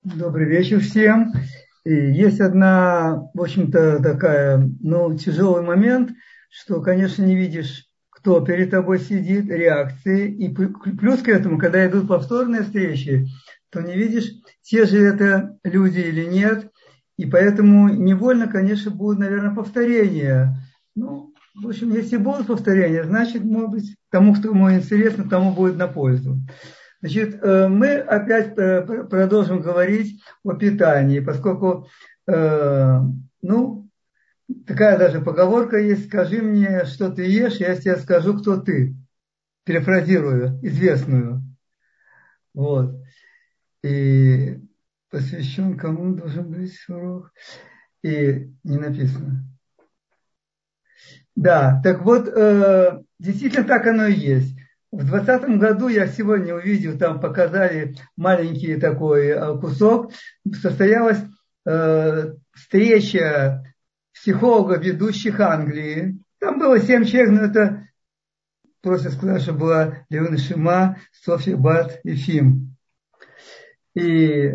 Добрый вечер всем. И есть одна, в общем-то, такая, тяжелый момент, что, конечно, не видишь, кто перед тобой сидит, реакции. И плюс к этому, когда идут повторные встречи, то не видишь, те же это люди или нет. И поэтому невольно, конечно, будут, наверное, повторения. В общем, если будут повторения, значит, может быть, тому, кому интересно, тому будет на пользу. Значит, мы опять продолжим говорить о питании, поскольку, такая даже поговорка есть: скажи мне, что ты ешь, я тебе скажу, кто ты. Перефразирую известную. Вот. И посвящен кому должен быть урок. И не написано. Да, так вот, действительно так оно и есть. В 2020 году я сегодня увидел, там показали маленький такой кусок, состоялась встреча психологов, ведущих Англии. Там было 7 человек, но это просто сказать, что была Леона Шима, Софья Бат и Фим. И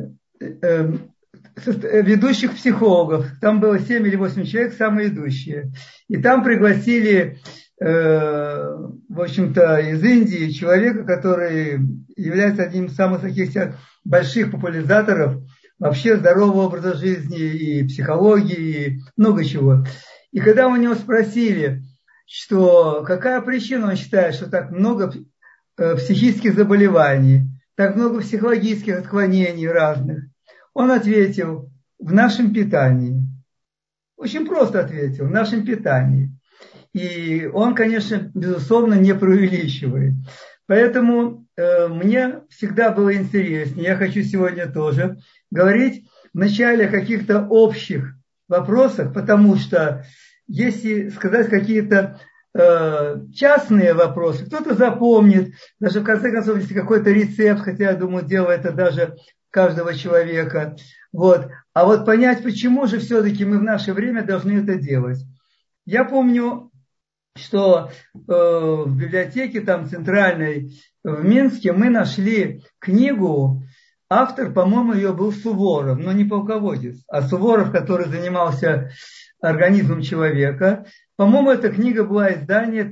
ведущих психологов. Там было 7 или 8 человек, самые ведущие. И там пригласили, в общем-то, из Индии человека, который является одним из самых таких больших популяризаторов вообще здорового образа жизни и психологии, и много чего. И когда у него спросили, что какая причина, он считает, что так много психических заболеваний, так много психологических отклонений разных, он ответил: в нашем питании. Очень просто ответил: в нашем питании. И он, конечно, безусловно, не преувеличивает. Поэтому мне всегда было интереснее, я хочу сегодня тоже говорить вначале о каких-то общих вопросах, потому что если сказать какие-то частные вопросы, кто-то запомнит, даже в конце концов, если какой-то рецепт, хотя я думаю, дело это даже каждого человека. Вот. А вот понять, почему же все-таки мы в наше время должны это делать. Я помню, что в библиотеке там центральной в Минске мы нашли книгу, автор, по-моему, ее был Суворов, но не полководец, а Суворов, который занимался организмом человека. По-моему, эта книга была издания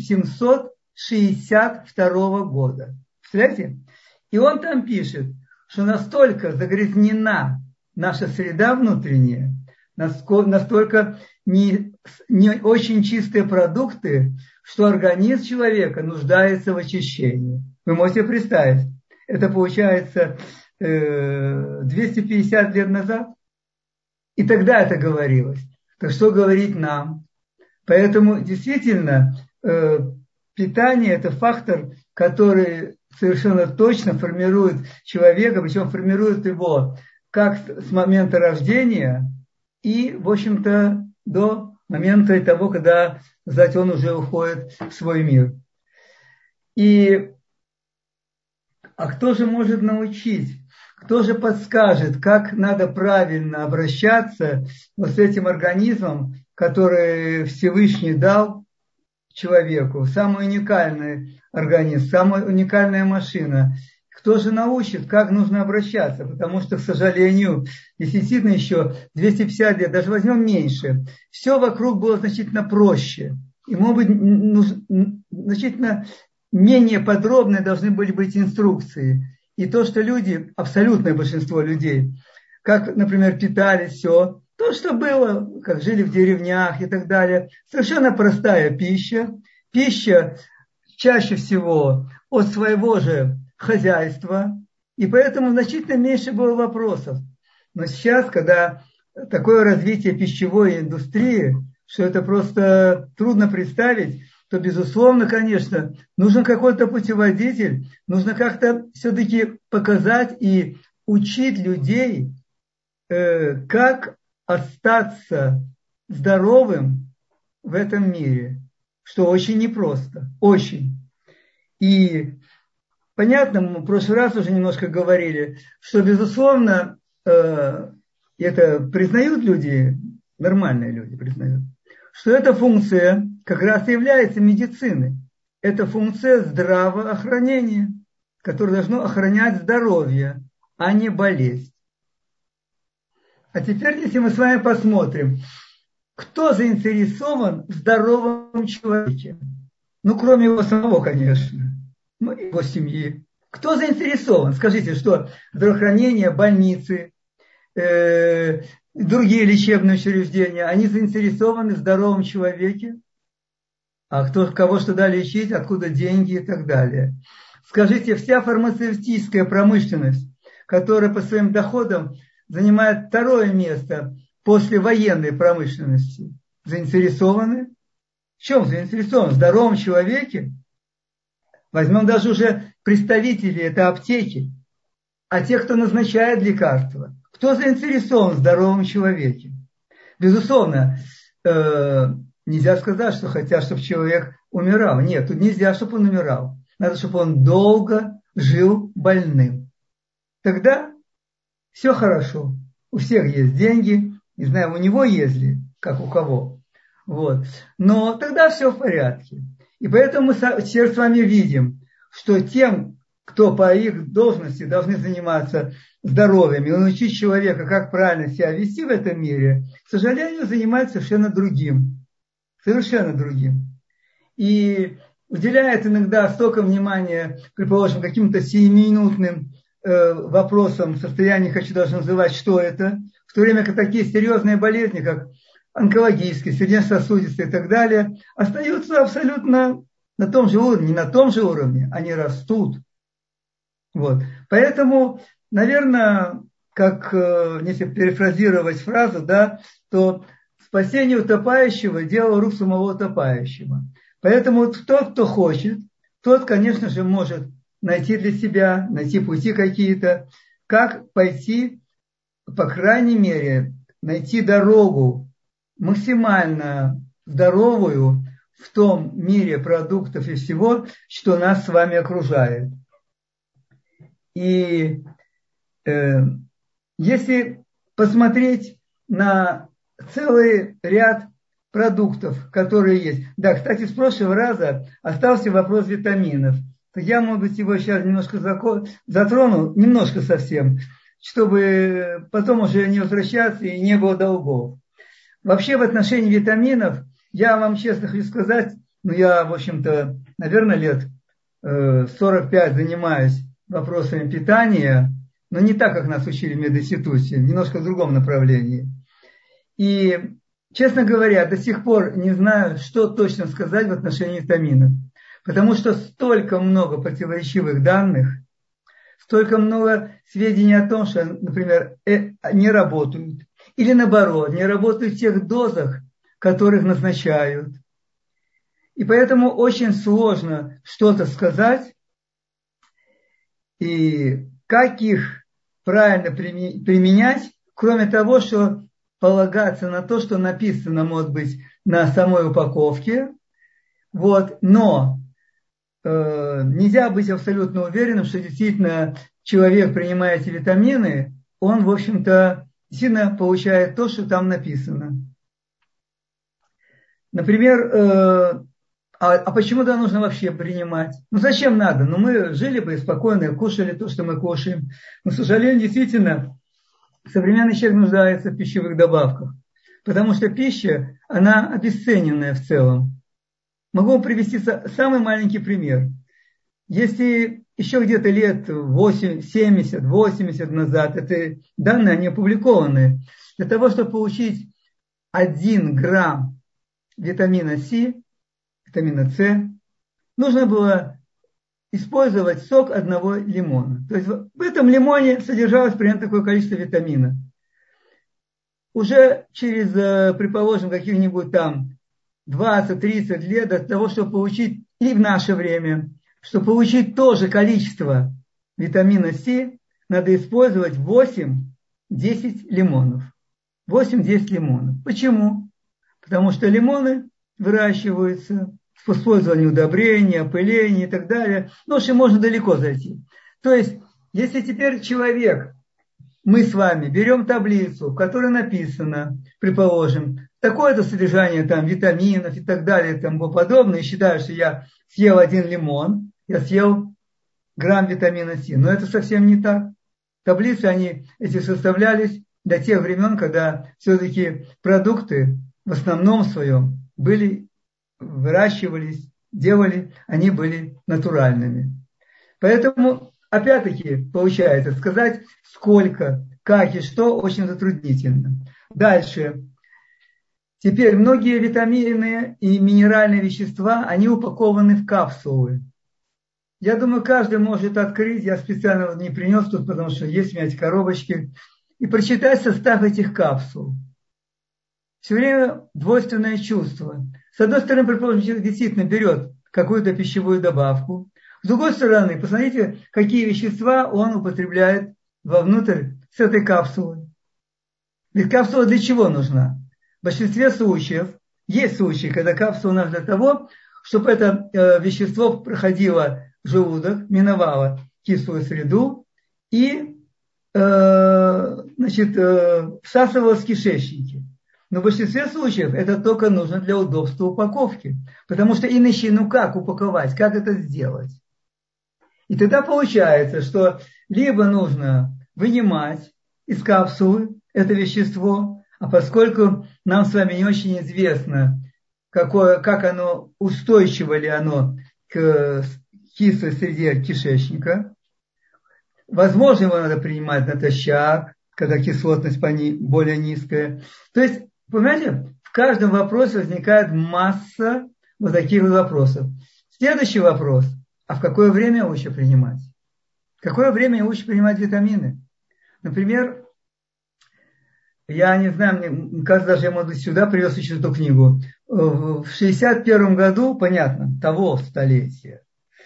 1762 года. Представляете? И он там пишет, что настолько загрязнена наша среда внутренняя, настолько не очень чистые продукты, что организм человека нуждается в очищении. Вы можете представить, это получается 250 лет назад. И тогда это говорилось. Так что говорить нам? Поэтому действительно питание – это фактор, который совершенно точно формирует человека, причем формирует его как с момента рождения и, в общем-то, до момента того, когда, сказать, он уже уходит в свой мир. А кто же может научить? Кто же подскажет, как надо правильно обращаться вот с этим организмом, который Всевышний дал человеку? Самый уникальный организм, самая уникальная машина. Кто же научит, как нужно обращаться? Потому что, к сожалению, действительно еще 250 лет, даже возьмем меньше, все вокруг было значительно проще. И, может быть, значительно менее подробные должны были быть инструкции. И то, что люди, абсолютное большинство людей, как, например, питались, все, то, что было, как жили в деревнях и так далее, совершенно простая пища. Пища чаще всего от своего же хозяйства, и поэтому значительно меньше было вопросов. Но сейчас, когда такое развитие пищевой индустрии, что это просто трудно представить, то, безусловно, конечно, нужен какой-то путеводитель, нужно как-то все-таки показать и учить людей, как остаться здоровым в этом мире, что очень непросто, очень. И понятно, мы в прошлый раз уже немножко говорили, что, безусловно, это признают люди, нормальные люди признают, что эта функция как раз и является медициной. Это функция здравоохранения, которая должна охранять здоровье, а не болезнь. А теперь, если мы с вами посмотрим, кто заинтересован в здоровом человеке? Ну, кроме его самого, конечно. Ну, его семьи. Кто заинтересован? Скажите, что здравоохранение, больницы, другие лечебные учреждения, они заинтересованы в здоровом человеке? А кого что дали лечить, откуда деньги и так далее. Скажите, вся фармацевтическая промышленность, которая по своим доходам занимает второе место после военной промышленности, заинтересованы? В чем заинтересованы? В здоровом человеке? Возьмем даже уже представителей, это аптеки. А те, кто назначает лекарства. Кто заинтересован в здоровом человеке? Безусловно, нельзя сказать, что хотят, чтобы человек умирал. Нет, тут нельзя, чтобы он умирал. Надо, чтобы он долго жил больным. Тогда все хорошо. У всех есть деньги. Не знаю, у него есть ли, как у кого. Вот. Но тогда все в порядке. И поэтому мы все с вами видим, что тем, кто по их должности должны заниматься здоровьем и научить человека, как правильно себя вести в этом мире, к сожалению, занимаются совершенно другим. Совершенно другим. И уделяет иногда столько внимания, предположим, каким-то сиюминутным вопросам, состояние хочу даже называть, что это, в то время как такие серьезные болезни, как онкологические, сердечно-сосудистые и так далее, остаются абсолютно на том же уровне, не на том же уровне, они растут. Вот. Поэтому, наверное, как, если перефразировать фразу, да, то спасение утопающего – дело рук самого утопающего. Поэтому тот, кто хочет, тот, конечно же, может найти для себя, найти пути какие-то, как пойти, по крайней мере, найти дорогу максимально здоровую в том мире продуктов и всего, что нас с вами окружает. И если посмотреть на целый ряд продуктов, которые есть. Да, кстати, с прошлого раза остался вопрос витаминов. Я, может быть, его сейчас немножко затрону, немножко совсем, чтобы потом уже не возвращаться и не было долгов. Вообще в отношении витаминов, я вам честно хочу сказать, я, в общем-то, наверное, лет 45 занимаюсь вопросами питания, но не так, как нас учили в мединституте, немножко в другом направлении. И, честно говоря, до сих пор не знаю, что точно сказать в отношении витаминов. Потому что столько много противоречивых данных, столько много сведений о том, что, например, не работают. Или наоборот, не работают в тех дозах, которых назначают. И поэтому очень сложно что-то сказать. И как их правильно применять, кроме того, что полагаться на то, что написано, может быть, на самой упаковке. Вот. Но нельзя быть абсолютно уверенным, что действительно человек, принимая эти витамины, он, в общем-то, действительно получает то, что там написано. Например, а почему это нужно вообще принимать? Ну зачем надо? Ну мы жили бы спокойно, кушали то, что мы кушаем. Но, к сожалению, действительно, современный человек нуждается в пищевых добавках. Потому что пища, она обесцененная в целом. Могу вам привести самый маленький пример. Если еще где-то лет 70-80 назад, это данные, они опубликованы, для того, чтобы получить 1 грамм витамина С, нужно было использовать сок одного лимона. То есть в этом лимоне содержалось примерно такое количество витамина. Уже через, предположим, каких-нибудь там 20-30 лет для того, чтобы получить, и в наше время, чтобы получить то же количество витамина С, надо использовать 8-10 лимонов. 8-10 лимонов. Почему? Потому что лимоны выращиваются с использованием удобрений, опыления и так далее. Ну, в общем, можно далеко зайти. То есть, если теперь человек, мы с вами берем таблицу, в которой написано, предположим, такое-то содержание там витаминов и так далее и тому подобное, и считаю, что я съел 1 лимон, я съел грамм витамина С. Но это совсем не так. Таблицы, они эти составлялись до тех времен, когда все-таки продукты в основном своем выращивались, они были натуральными. Поэтому, опять-таки, получается, сказать сколько, как и что очень затруднительно. Дальше. Теперь многие витамины и минеральные вещества, они упакованы в капсулы. Я думаю, каждый может открыть, я специально не принес тут, потому что есть у меня эти коробочки, и прочитать состав этих капсул. Все время двойственное чувство. С одной стороны, предположим, человек действительно берет какую-то пищевую добавку. С другой стороны, посмотрите, какие вещества он употребляет вовнутрь с этой капсулы. Ведь капсула для чего нужна? В большинстве случаев, есть случаи, когда капсула нужна для того, чтобы это вещество проходило в желудок, миновало кислую среду и всасывалось в кишечнике. Но в большинстве случаев это только нужно для удобства упаковки. Потому что иначе, как упаковать, как это сделать? И тогда получается, что либо нужно вынимать из капсулы это вещество, а поскольку нам с вами не очень известно, как оно, устойчиво ли оно к кислой среде кишечника, возможно, его надо принимать натощак, когда кислотность более низкая. То есть, понимаете, в каждом вопросе возникает масса вот таких вопросов. Следующий вопрос. А в какое время лучше принимать? В какое время лучше принимать витамины? Например, я не знаю, мне кажется, даже я, может быть, сюда привез еще эту книгу. В 1961 году, понятно, того столетия,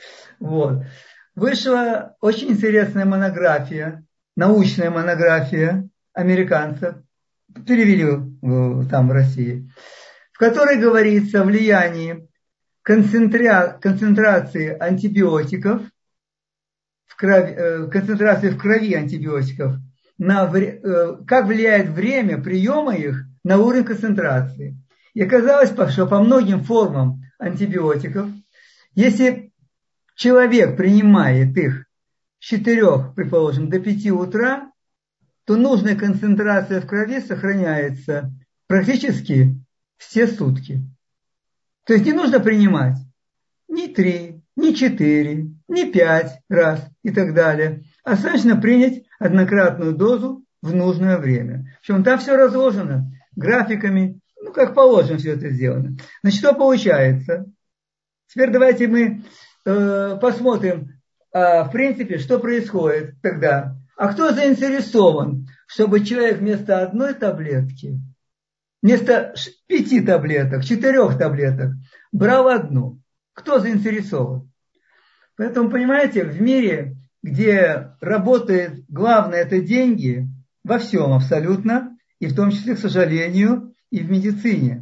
вышла очень интересная монография, научная монография американцев, перевели там в России, в которой говорится о влиянии концентрации антибиотиков, концентрации в крови антибиотиков, как влияет время приема их на уровень концентрации. И оказалось, что по многим формам антибиотиков, если человек принимает их с 4, предположим, до 5 утра, то нужная концентрация в крови сохраняется практически все сутки. То есть не нужно принимать ни 3, ни 4, ни 5 раз и так далее. А достаточно принять однократную дозу в нужное время. Причем там все разложено графиками, как положено все это сделано. Значит, что получается? Теперь давайте мы посмотрим, в принципе, что происходит тогда. А кто заинтересован, чтобы человек вместо одной таблетки, вместо 5 таблеток, 4 таблеток, брал одну? Кто заинтересован? Поэтому, понимаете, в мире, где работает главное это деньги, во всем абсолютно, и в том числе, к сожалению, и в медицине.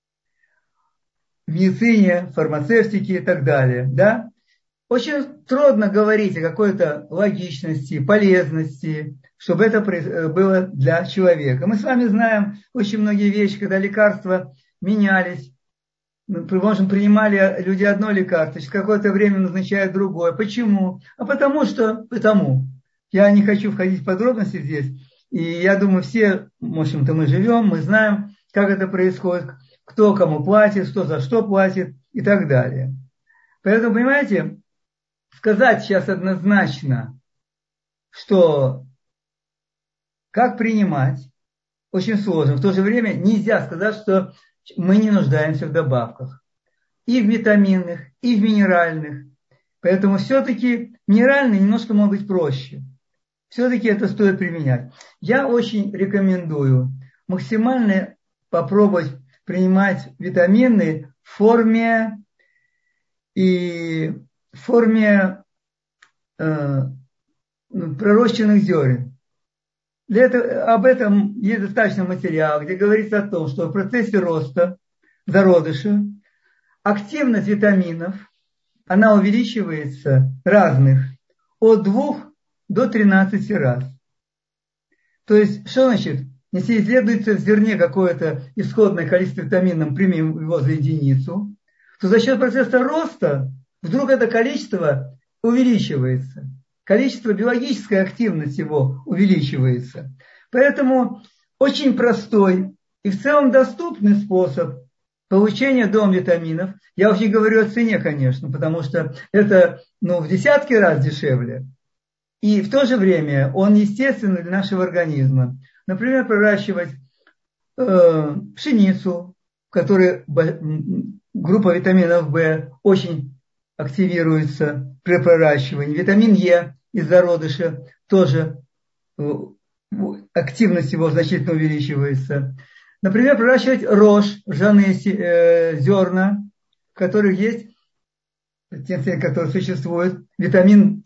В медицине, фармацевтике и так далее. Да? Очень трудно говорить о какой-то логичности, полезности, чтобы это было для человека. Мы с вами знаем очень многие вещи, когда лекарства менялись. Можем, принимали люди одно лекарство, через какое-то время назначают другое. Почему? А потому. Я не хочу входить в подробности здесь. И я думаю, все, в общем-то, мы живем, мы знаем, как это происходит, кто кому платит, кто за что платит и так далее. Поэтому, понимаете, сказать сейчас однозначно, что как принимать, очень сложно. В то же время нельзя сказать, что мы не нуждаемся в добавках. И в витаминных, и в минеральных. Поэтому все-таки минеральные немножко могут быть проще. Все-таки это стоит применять. Я очень рекомендую максимально попробовать принимать витамины в форме пророщенных зерен. Об этом есть достаточно материала, где говорится о том, что в процессе роста зародыша активность витаминов, она увеличивается разных от 2 до 13 раз. То есть, что значит? Если исследуется в зерне какое-то исходное количество витаминов, примем его за единицу, то за счет процесса роста вдруг это количество увеличивается. Количество биологической активности его увеличивается. Поэтому очень простой и в целом доступный способ получения дома витаминов. Я уже не говорю о цене, конечно, потому что это в десятки раз дешевле. И в то же время он естественный для нашего организма. Например, проращивать пшеницу, в которой группа витаминов В очень активируется при проращивании. Витамин Е из зародыша тоже активность его значительно увеличивается. Например, проращивать рожь, ржаные зерна, в которых есть, которые существуют, витамин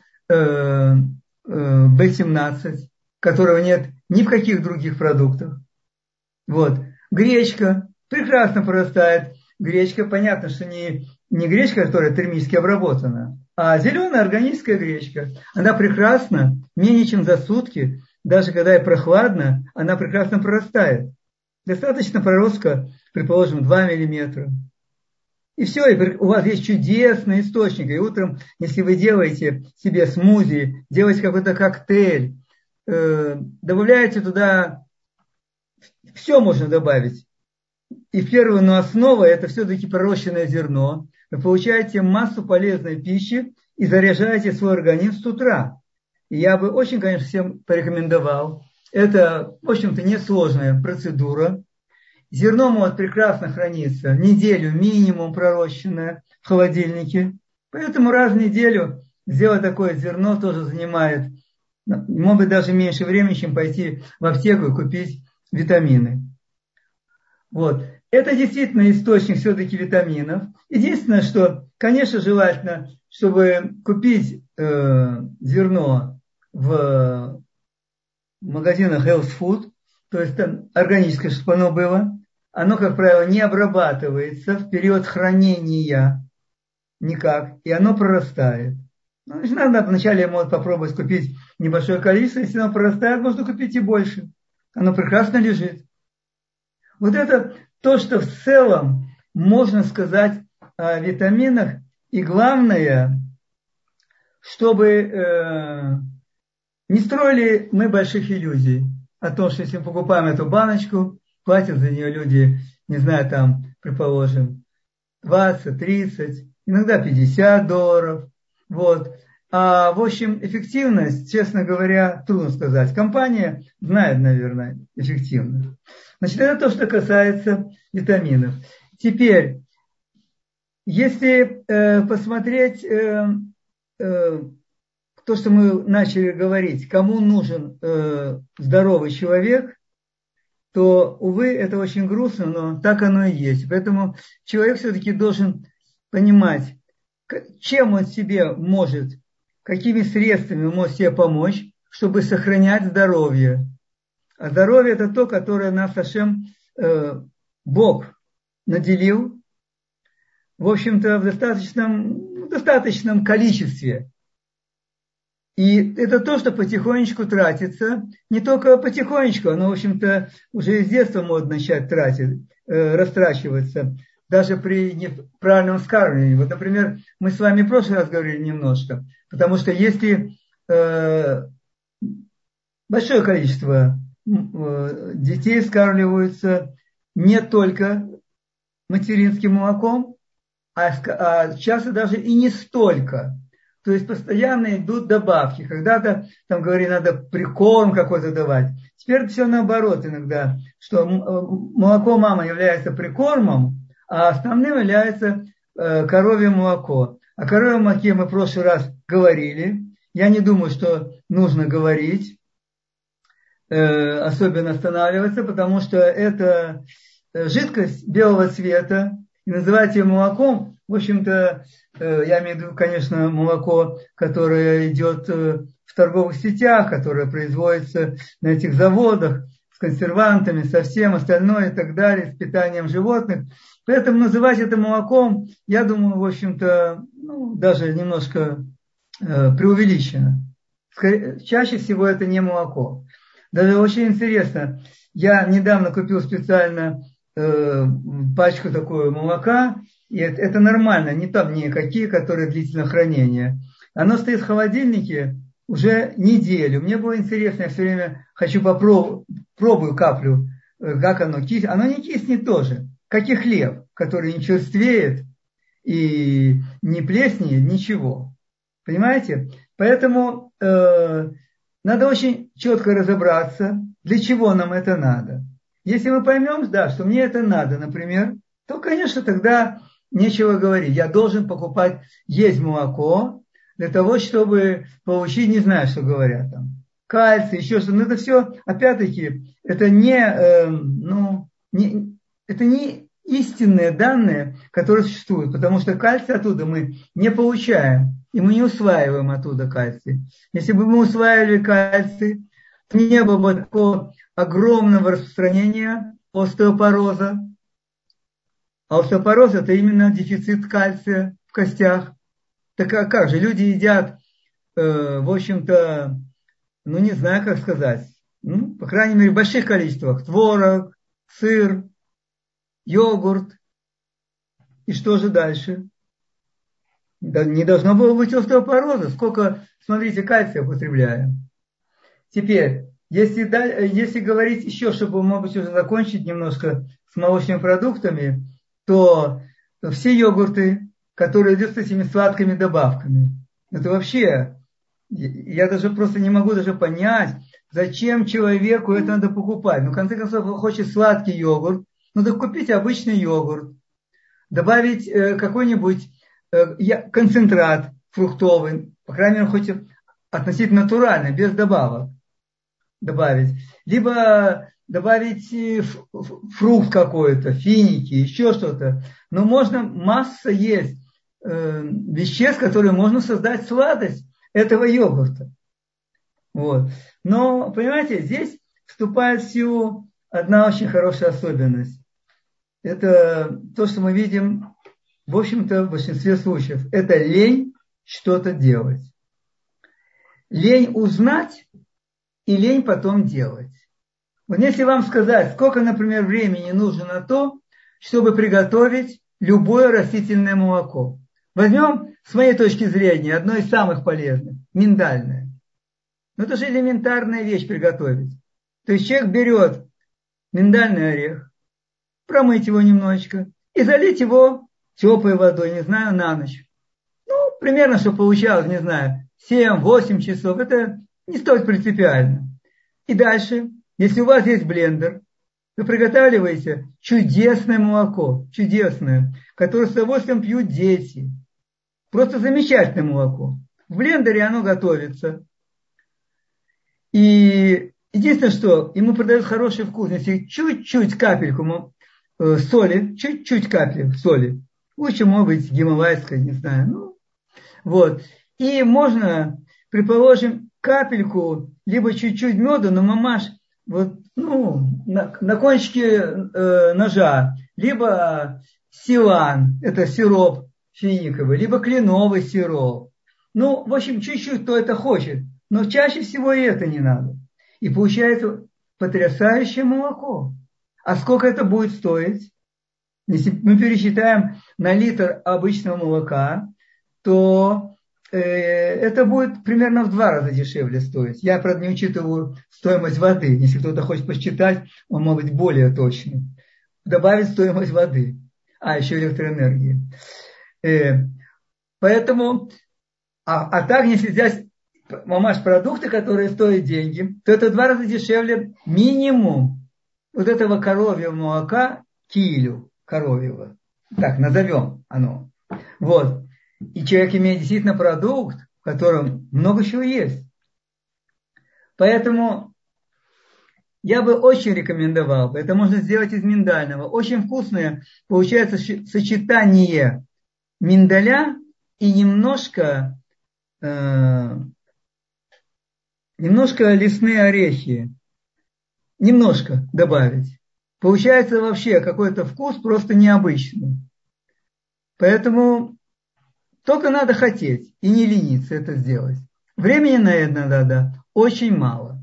В17, которого нет ни в каких других продуктах. Вот. Гречка прекрасно прорастает. Гречка, понятно, что не гречка, которая термически обработана, а зеленая органическая гречка. Она прекрасно, менее чем за сутки, даже когда и прохладно, она прекрасно прорастает. Достаточно проростка, предположим, 2 миллиметра. И все, и у вас есть чудесный источник. И утром, если вы делаете себе смузи, делаете какой-то коктейль, добавляете туда, все можно добавить. И первая, но основа – это все-таки пророщенное зерно. Вы получаете массу полезной пищи и заряжаете свой организм с утра. И я бы очень, конечно, всем порекомендовал. Это, в общем-то, несложная процедура. Зерно может прекрасно храниться неделю минимум пророщенное в холодильнике. Поэтому раз в неделю сделать такое зерно тоже занимает, может быть, даже меньше времени, чем пойти в аптеку и купить витамины. Вот. Это действительно источник все-таки витаминов. Единственное, что, конечно, желательно, чтобы купить зерно в магазинах Health Food, то есть там органическое, чтобы оно было. Оно, как правило, не обрабатывается в период хранения никак, и оно прорастает. Значит, надо вначале может попробовать купить небольшое количество, если оно прорастает, можно купить и больше. Оно прекрасно лежит. Вот это то, что в целом можно сказать о витаминах. И главное, чтобы не строили мы больших иллюзий о том, что если мы покупаем эту баночку, платят за нее люди, не знаю, там, предположим, 20, 30, иногда $50. Вот. А в общем, эффективность, честно говоря, трудно сказать. Компания знает, наверное, эффективность. Значит, это то, что касается витаминов. Теперь, если посмотреть то, что мы начали говорить, кому нужен здоровый человек, то, увы, это очень грустно, но так оно и есть. Поэтому человек все-таки должен понимать, чем он себе может, какими средствами он может себе помочь, чтобы сохранять здоровье. А здоровье – это то, которое нас Ашем, Бог, наделил, в общем-то, в достаточном количестве. И это то, что потихонечку тратится, не только потихонечку, оно, в общем-то, уже из детства может начать растрачиваться, даже при неправильном скармливании. Вот, например, мы с вами в прошлый раз говорили немножко, потому что если большое количество детей скармливаются не только материнским молоком, а часто даже и не столько. То есть постоянно идут добавки. Когда-то там говорили, надо прикорм какой-то давать. Теперь все наоборот иногда, что молоко мамы является прикормом, а основным является коровье молоко. О коровьем молоке мы в прошлый раз говорили. Я не думаю, что нужно говорить, особенно останавливаться, потому что это жидкость белого цвета, и называть ее молоком, в общем-то, я имею в виду, конечно, молоко, которое идет в торговых сетях, которое производится на этих заводах с консервантами, со всем остальное и так далее, с питанием животных. Поэтому называть это молоком, я думаю, в общем-то, даже немножко преувеличено. Чаще всего это не молоко. Даже очень интересно, я недавно купил специально пачку такого молока, и это нормально, не там никакие, которые длительное хранение. Оно стоит в холодильнике уже неделю. Мне было интересно, я все время хочу пробую каплю, как оно киснет. Оно не киснет тоже, как и хлеб, который не черствеет и не плеснеет, ничего. Понимаете? Поэтому надо очень четко разобраться, для чего нам это надо. Если мы поймем, да, что мне это надо, например, то, конечно, тогда нечего говорить. Я должен покупать, есть молоко для того, чтобы получить, не знаю, что говорят там, кальций, еще что-то. Но это все, опять-таки, это это не истинные данные, которые существуют, потому что кальций оттуда мы не получаем, и мы не усваиваем оттуда кальций. Если бы мы усваивали кальций, то не было бы такого огромного распространения остеопороза. А остеопороз – это именно дефицит кальция в костях. Так а как же? Люди едят, в общем-то, не знаю, как сказать, по крайней мере, в больших количествах. Творог, сыр, йогурт. И что же дальше? Не должно было быть остеопороза. Сколько, смотрите, кальция употребляем. Теперь, если говорить еще, чтобы, может быть, уже закончить немножко с молочными продуктами, то все йогурты, которые идут с этими сладкими добавками, это вообще, я даже просто не могу даже понять, зачем человеку это надо покупать. В конце концов, он хочет сладкий йогурт, так купить обычный йогурт, добавить какой-нибудь концентрат фруктовый, по крайней мере, хоть относительно натуральный, без добавок добавить. Либо добавить фрукт какой-то, финики, еще что-то. Но масса есть веществ, которые можно создать сладость этого йогурта. Вот. Но, понимаете, здесь вступает в силу одна очень хорошая особенность. Это то, что мы видим, в общем-то, в большинстве случаев. Это лень что-то делать. Лень узнать и лень потом делать. Вот если вам сказать, сколько, например, времени нужно на то, чтобы приготовить любое растительное молоко. Возьмем, с моей точки зрения, одно из самых полезных, миндальное. Это же элементарная вещь приготовить. То есть человек берет миндальный орех, промыть его немножечко и залить его теплой водой, не знаю, на ночь. Примерно, что получалось, не знаю, 7-8 часов. Это не столь принципиально. И дальше, если у вас есть блендер, вы приготавливаете чудесное молоко, чудесное, которое с удовольствием пьют дети. Просто замечательное молоко. В блендере оно готовится. И единственное, что ему придает хороший вкус, если чуть-чуть капельку соли, чуть-чуть капли соли, лучше, может быть, гималайской, не знаю, вот. И можно, предположим, капельку, либо чуть-чуть меда, но мамаш, на кончике ножа, либо силан, это сироп финиковый, либо кленовый сироп. В общем, чуть-чуть кто это хочет, но чаще всего и это не надо. И получается потрясающее молоко. А сколько это будет стоить? Если мы пересчитаем на литр обычного молока, то это будет примерно в 2 раза дешевле стоить. Я, правда, не учитываю стоимость воды. Если кто-то хочет посчитать, он может быть более точный. Добавить стоимость воды. Еще электроэнергии. Поэтому, так, если взять продукты, которые стоят деньги, то это в 2 раза дешевле минимум вот этого коровьего молока, килю коровьего. Так, назовем оно. Вот. И человек имеет действительно продукт, в котором много чего есть. Поэтому я бы очень рекомендовал, это можно сделать из миндального. Очень вкусное получается сочетание миндаля и немножко лесные орехи. Немножко добавить. Получается вообще какой-то вкус просто необычный. Поэтому только надо хотеть и не лениться это сделать. Времени на это надо очень мало.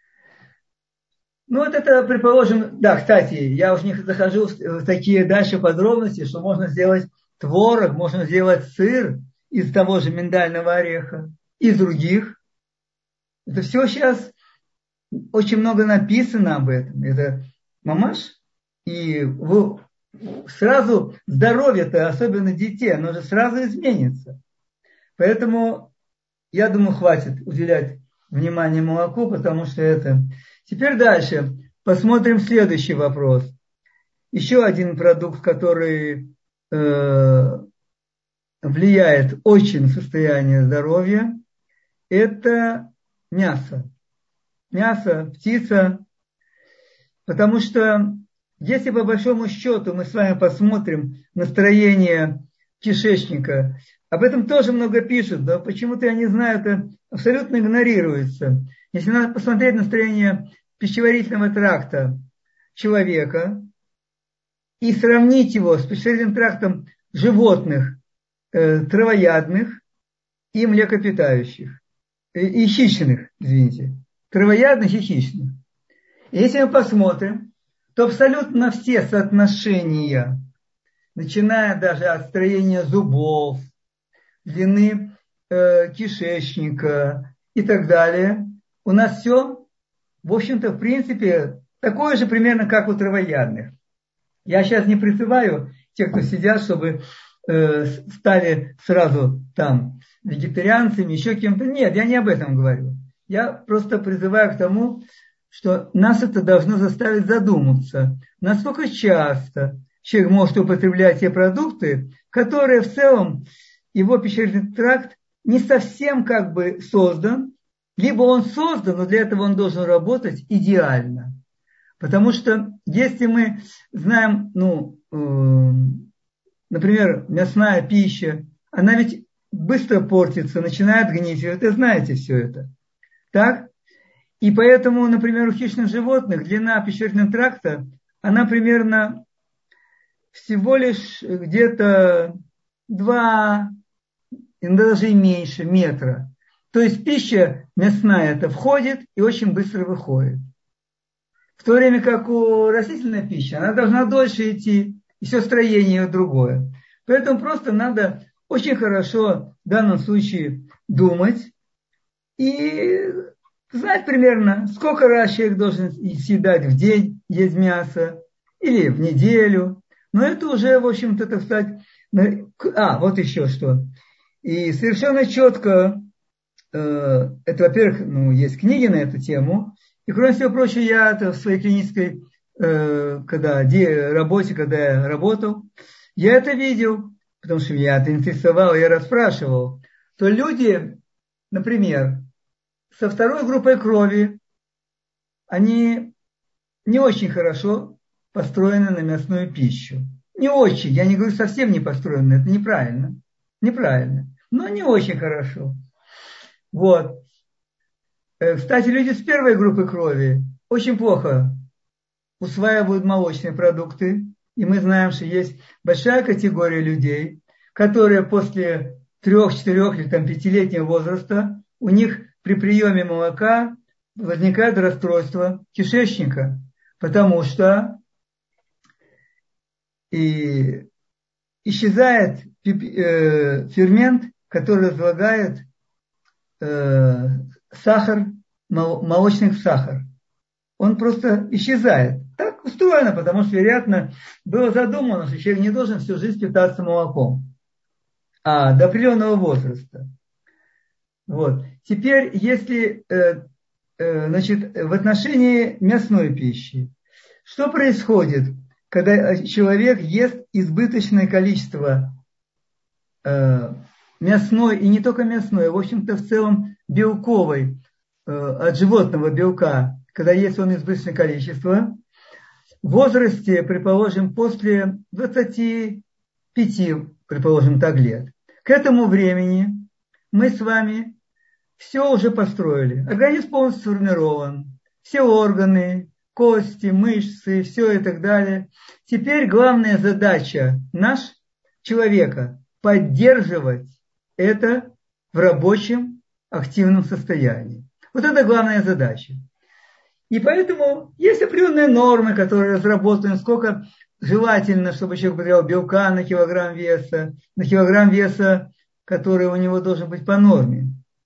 Это, предположим, да, кстати, я уже не захожу в такие дальше подробности, что можно сделать творог, можно сделать сыр из того же миндального ореха, из других. Это все сейчас очень много написано об этом. Это мамаш. И сразу здоровье-то, особенно детей, оно же сразу изменится. Поэтому, я думаю, хватит уделять внимание молоку, потому что это... Теперь дальше. Посмотрим следующий вопрос. Еще один продукт, который влияет очень на состояние здоровья, это мясо. Мясо, птица. Потому что если по большому счету мы с вами посмотрим настроение кишечника, об этом тоже много пишут, но почему-то, я не знаю, это абсолютно игнорируется. Если надо посмотреть настроение пищеварительного тракта человека и сравнить его с пищеварительным трактом животных, травоядных и млекопитающих, и хищных, извините, травоядных и хищных. И если мы посмотрим, то абсолютно все соотношения, начиная даже от строения зубов, длины кишечника и так далее, у нас все, в общем-то, в принципе, такое же примерно, как у травоядных. Я сейчас не призываю тех, кто сидят, чтобы стали сразу там вегетарианцами, еще кем-то. Нет, я не об этом говорю. Я просто призываю к тому, что нас это должно заставить задуматься, насколько часто человек может употреблять те продукты, которые в целом его пищеварительный тракт не совсем как бы создан, либо он создан, но для этого он должен работать идеально. Потому что если мы знаем, например, мясная пища, она ведь быстро портится, начинает гнить, вы знаете все это. Так? И поэтому, например, у хищных животных длина пищеварительного тракта, она примерно всего лишь где-то 2, даже и меньше метра. То есть пища мясная это входит и очень быстро выходит. В то время как у растительной пищи она должна дольше идти, и все строение ее другое. Поэтому просто надо очень хорошо в данном случае думать и знать примерно, сколько раз человек должен съедать в день, есть мясо, или в неделю. Но это уже, в общем-то, так сказать... вот еще что. И совершенно четко, это, во-первых, есть книги на эту тему. И, кроме всего прочего, я это в своей клинической работе, когда я работал, я это видел, потому что меня это интересовало, я расспрашивал, то люди, например, со второй группой крови, они не очень хорошо построены на мясную пищу. Не очень, я не говорю совсем не построены, это неправильно. Неправильно, но не очень хорошо. Вот. Кстати, люди с первой группы крови очень плохо усваивают молочные продукты. И мы знаем, что есть большая категория людей, которые после 3, 4 или 5-летнего возраста у них при приеме молока возникает расстройство кишечника, потому что исчезает фермент, который разлагает сахар, молочный сахар. Он просто исчезает. Так устроено, потому что, вероятно, было задумано, что человек не должен всю жизнь питаться молоком, до определенного возраста. Вот. Теперь, если в отношении мясной пищи, что происходит, когда человек ест избыточное количество мясной, и не только мясной, в общем-то, в целом белковой, от животного белка, когда есть он избыточное количество, в возрасте, предположим, после 25, предположим, так лет, к этому времени мы с вами все уже построили. Организм полностью сформирован, все органы, кости, мышцы, все и так далее. Теперь главная задача человека поддерживать это в рабочем, активном состоянии. Вот это главная задача. И поэтому есть определенные нормы, которые разработаны, сколько желательно, чтобы человек потреблял белка на килограмм веса, который у него должен быть по норме.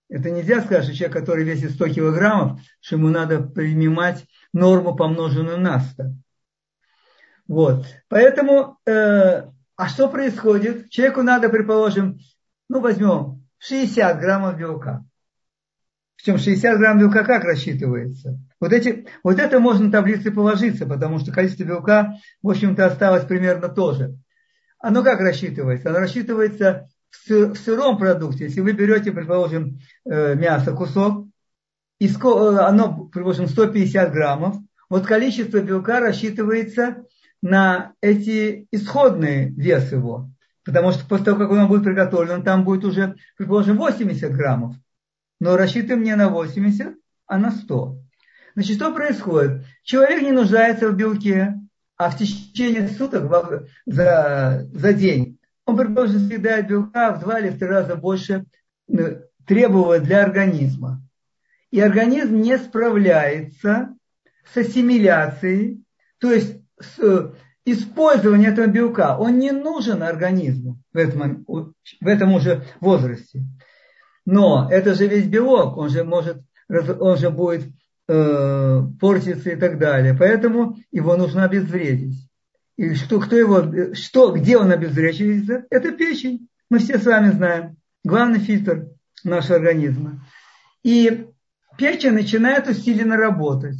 Это нельзя сказать, что человек, который весит 100 килограммов, что ему надо принимать норму, помноженную на 100. Вот. Поэтому, а что происходит? Человеку надо, предположим, возьмем 60 граммов белка. Причем 60 грамм белка как рассчитывается? Вот это можно в таблице положиться, потому что количество белка, в общем-то, осталось примерно то же. Оно как рассчитывается? Оно рассчитывается в сыром продукте. Если вы берете, предположим, мясо, кусок, и оно, предположим, 150 граммов, вот количество белка рассчитывается на эти исходный вес его. Потому что после того, как он будет приготовлен, там будет уже, предположим, 80 граммов. Но рассчитываем не на 80, а на 100. Значит, что происходит? Человек не нуждается в белке, а в течение суток за день он, предположим, съедает белка в 2 или в 3 раза больше требуемого для организма. И организм не справляется с ассимиляцией, то есть с использованием этого белка. Он не нужен организму в этом уже возрасте. Но это же весь белок, он же будет портиться и так далее. Поэтому его нужно обезвредить. И где он обезвреживается? Это печень. Мы все с вами знаем. Главный фильтр нашего организма. И печень начинает усиленно работать.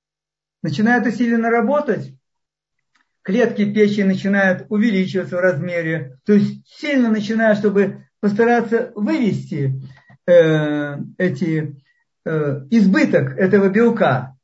Клетки печени начинают увеличиваться в размере. То есть сильно начинают, чтобы постараться вывести избыток этого белка.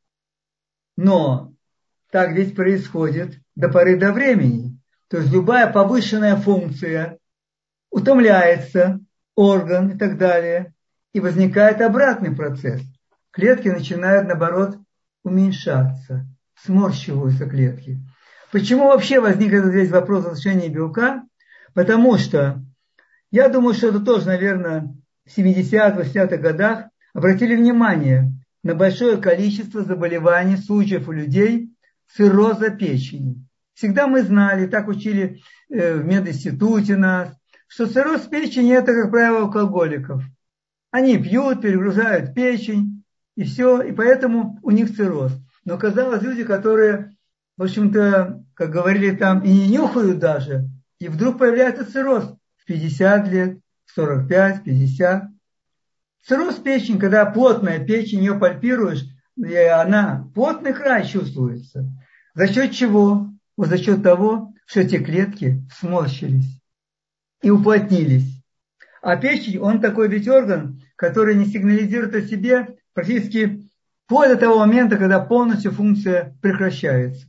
Но так ведь происходит до поры до времени. То есть любая повышенная функция, утомляется орган и так далее, и возникает обратный процесс. Клетки начинают, наоборот, уменьшаться, сморщиваются клетки. Почему вообще возник этот весь вопрос отношения белка? Потому что, я думаю, что это тоже, наверное, в 70-80-х годах обратили внимание на большое количество заболеваний, случаев у людей цирроза печени. Всегда мы знали, так учили в мединституте нас, что цирроз печени – это, как правило, алкоголиков. Они пьют, перегружают печень, и все, и поэтому у них цирроз. Но оказалось, люди, которые, в общем-то, как говорили там, и не нюхают даже, и вдруг появляется цирроз в 50 лет, в 45, 50. Цирроз печени, когда плотная печень, ее пальпируешь, и она, плотный край чувствуется. За счет чего? Вот за счет того, что эти клетки сморщились и уплотнились. А печень, он такой ведь орган, который не сигнализирует о себе практически вплоть до того момента, когда полностью функция прекращается.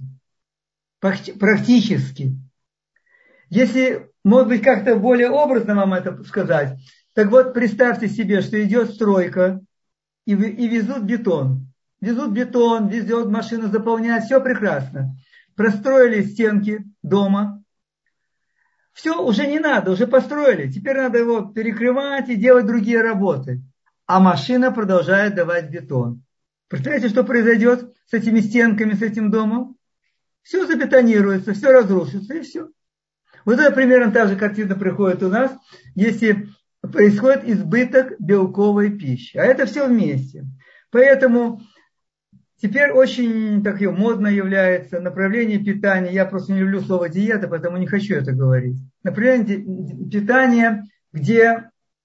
Практически. Если, может быть, как-то более образно вам это сказать, так вот, представьте себе, что идет стройка и везут бетон. Везет машина, заполняет, все прекрасно. Простроили стенки дома. Все, уже не надо, уже построили. Теперь надо его перекрывать и делать другие работы. А машина продолжает давать бетон. Представляете, что произойдет с этими стенками, с этим домом? Все забетонируется, все разрушится и все. Вот это примерно та же картина приходит у нас, если происходит избыток белковой пищи. А это все вместе. Поэтому теперь очень модно является направление питания. Я просто не люблю слово диета, поэтому не хочу это говорить. Направление питания, где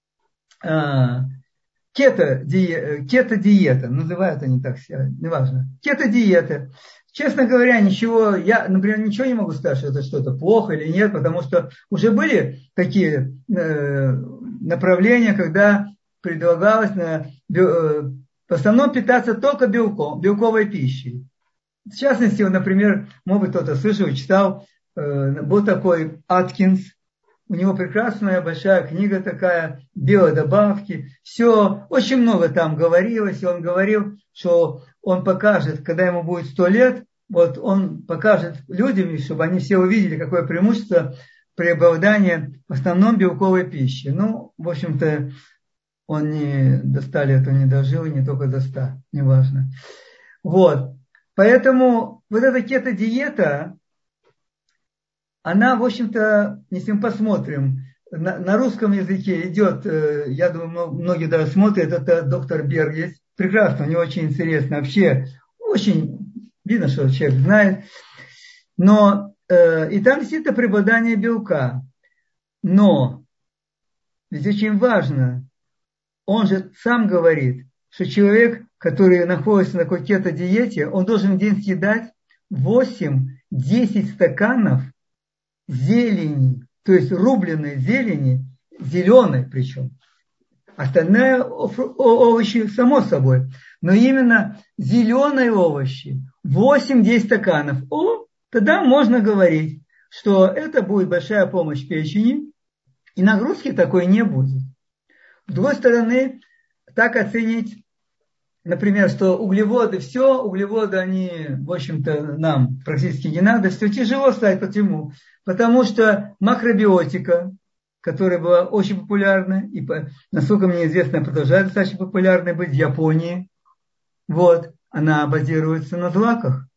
кето-диета, называют они так себя, неважно. Кето-диета. Честно говоря, я, например, ничего не могу сказать, что это что-то плохо или нет, потому что уже были такие направления, когда предлагалось в основном питаться только белковой пищей. В частности, например, может быть, кто-то слышал, читал, был такой Аткинс, у него прекрасная большая книга такая, биодобавки, все, очень много там говорилось, и он говорил, что он покажет, когда ему будет 100 лет, вот он покажет людям, чтобы они все увидели, какое преимущество преобладания в основном белковой пищи. Ну, в общем-то, он до 100 лет он не дожил, и не только до 100, неважно. Вот, поэтому вот эта кето-диета, она, в общем-то, если мы посмотрим, на русском языке идет, я думаю, многие даже смотрят, это доктор Берг есть. Прекрасно, у него очень интересно. Вообще, очень видно, что человек знает. Но и там действительно преобладание белка. Но ведь очень важно, он же сам говорит, что человек, который находится на какой-то диете, он должен в день съедать 8-10 стаканов зелени, то есть рубленой зелени, зеленой причем. Остальные овощи, само собой. Но именно зеленые овощи, 8-10 стаканов. Тогда можно говорить, что это будет большая помощь печени, и нагрузки такой не будет. С другой стороны, так оценить, например, что углеводы, углеводы, они, в общем-то, нам практически не надо, все тяжело стать. Почему? Потому что макробиотика, которая была очень популярна, и, насколько мне известно, продолжает достаточно популярной быть в Японии, она базируется на злаках.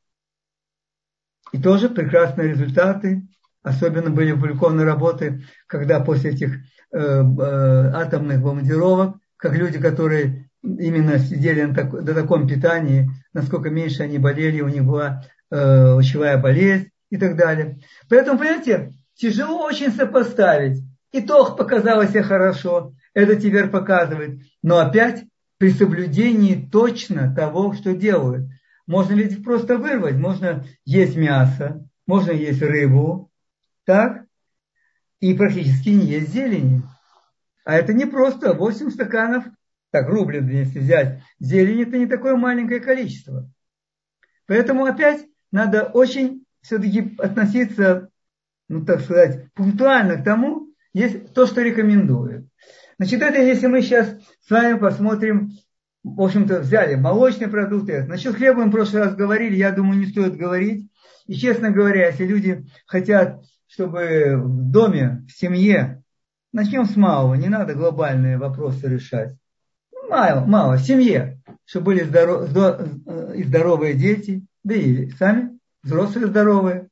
И тоже прекрасные результаты, особенно были опубликованы работы, когда после этих атомных бомбардировок, как люди, которые именно сидели на таком питании, насколько меньше они болели, у них была лучевая болезнь и так далее. Поэтому, понимаете, тяжело очень сопоставить. И то показало себя хорошо, это теперь показывает. Но опять при соблюдении точно того, что делают. Можно ведь просто вырвать, можно есть мясо, можно есть рыбу, так? И практически не есть зелени. А это не просто 8 стаканов, так, рублен, если взять, зелени, это не такое маленькое количество. Поэтому опять надо очень все-таки относиться, так сказать, пунктуально к тому, есть то, что рекомендуют. Значит, это если мы сейчас с вами посмотрим, в общем-то, взяли молочные продукты. Насчет хлеба мы в прошлый раз говорили, я думаю, не стоит говорить. И, честно говоря, если люди хотят, чтобы в доме, в семье, начнем с малого, не надо глобальные вопросы решать. Мало, в семье, чтобы были здоровые дети, да и сами взрослые здоровые.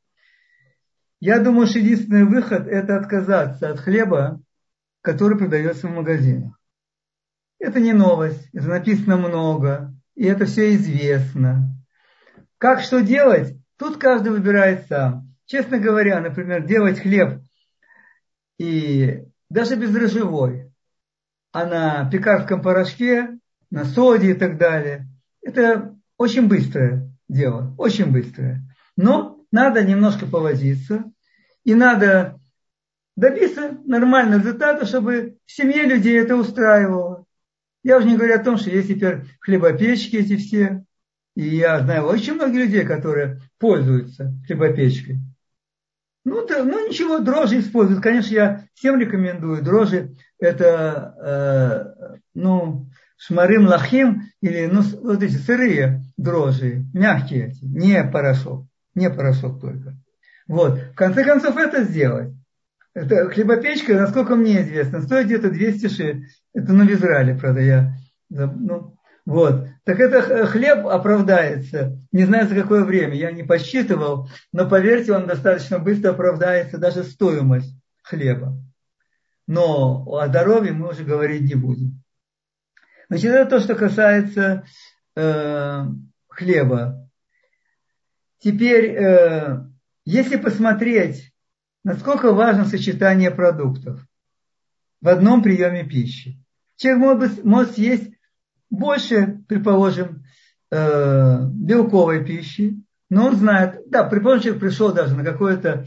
Я думаю, что единственный выход – это отказаться от хлеба, который продается в магазинах. Это не новость, это написано много, и это все известно. Как что делать? Тут каждый выбирает сам. Честно говоря, например, делать хлеб и даже бездрожжевой, а на пекарском порошке, на соде и так далее, это очень быстрое дело, очень быстрое. Но надо немножко повозиться, и надо добиться нормального результата, чтобы в семье людей это устраивало. Я уже не говорю о том, что есть теперь хлебопечки эти все, и я знаю очень многих людей, которые пользуются хлебопечкой. Ничего, дрожжи используют. Конечно, я всем рекомендую. Дрожжи это, шмарим лахим, или, вот эти сырые дрожжи, мягкие эти, не порошок только. В конце концов, это сделать. Это хлебопечка, насколько мне известно, стоит где-то 200 шекелей. Это в Израиле, правда, Так это хлеб оправдается, не знаю за какое время, я не подсчитывал, но поверьте, он достаточно быстро оправдается, даже стоимость хлеба. Но о здоровье мы уже говорить не будем. Значит, это то, что касается хлеба. Теперь, если посмотреть, насколько важно сочетание продуктов в одном приеме пищи. Человек может съесть больше, предположим, белковой пищи, но он знает, предположим, человек пришел даже на какое-то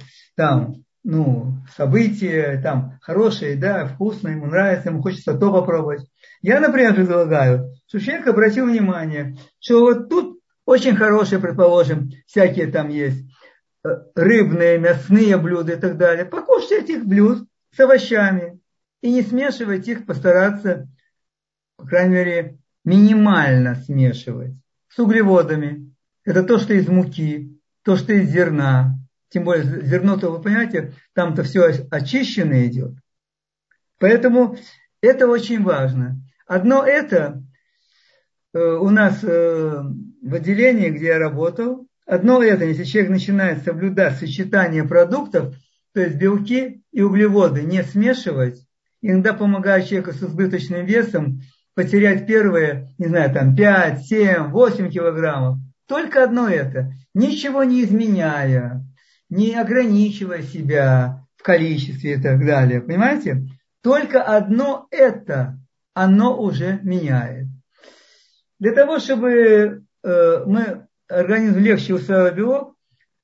событие, хорошее, вкусное, ему нравится, ему хочется то попробовать. Я, например, предлагаю, чтобы человек обратил внимание, что вот тут очень хорошие, предположим, всякие там есть рыбные, мясные блюда и так далее. Покушайте этих блюд с овощами и не смешивать их, постараться, по крайней мере, минимально смешивать с углеводами. Это то, что из муки, то, что из зерна. Тем более зерно-то, вы понимаете, там-то все очищенное идет. Поэтому это очень важно. Одно это у нас в отделении, где я работал, одно это, если человек начинает соблюдать сочетание продуктов, То есть белки и углеводы не смешивать, иногда помогает человеку с избыточным весом потерять первые, не знаю, там 5, 7, 8 килограммов. Только одно это. Ничего не изменяя, не ограничивая себя в количестве и так далее. Понимаете? Только одно это, оно уже меняет. Для того, чтобы организм легче усваивал белок,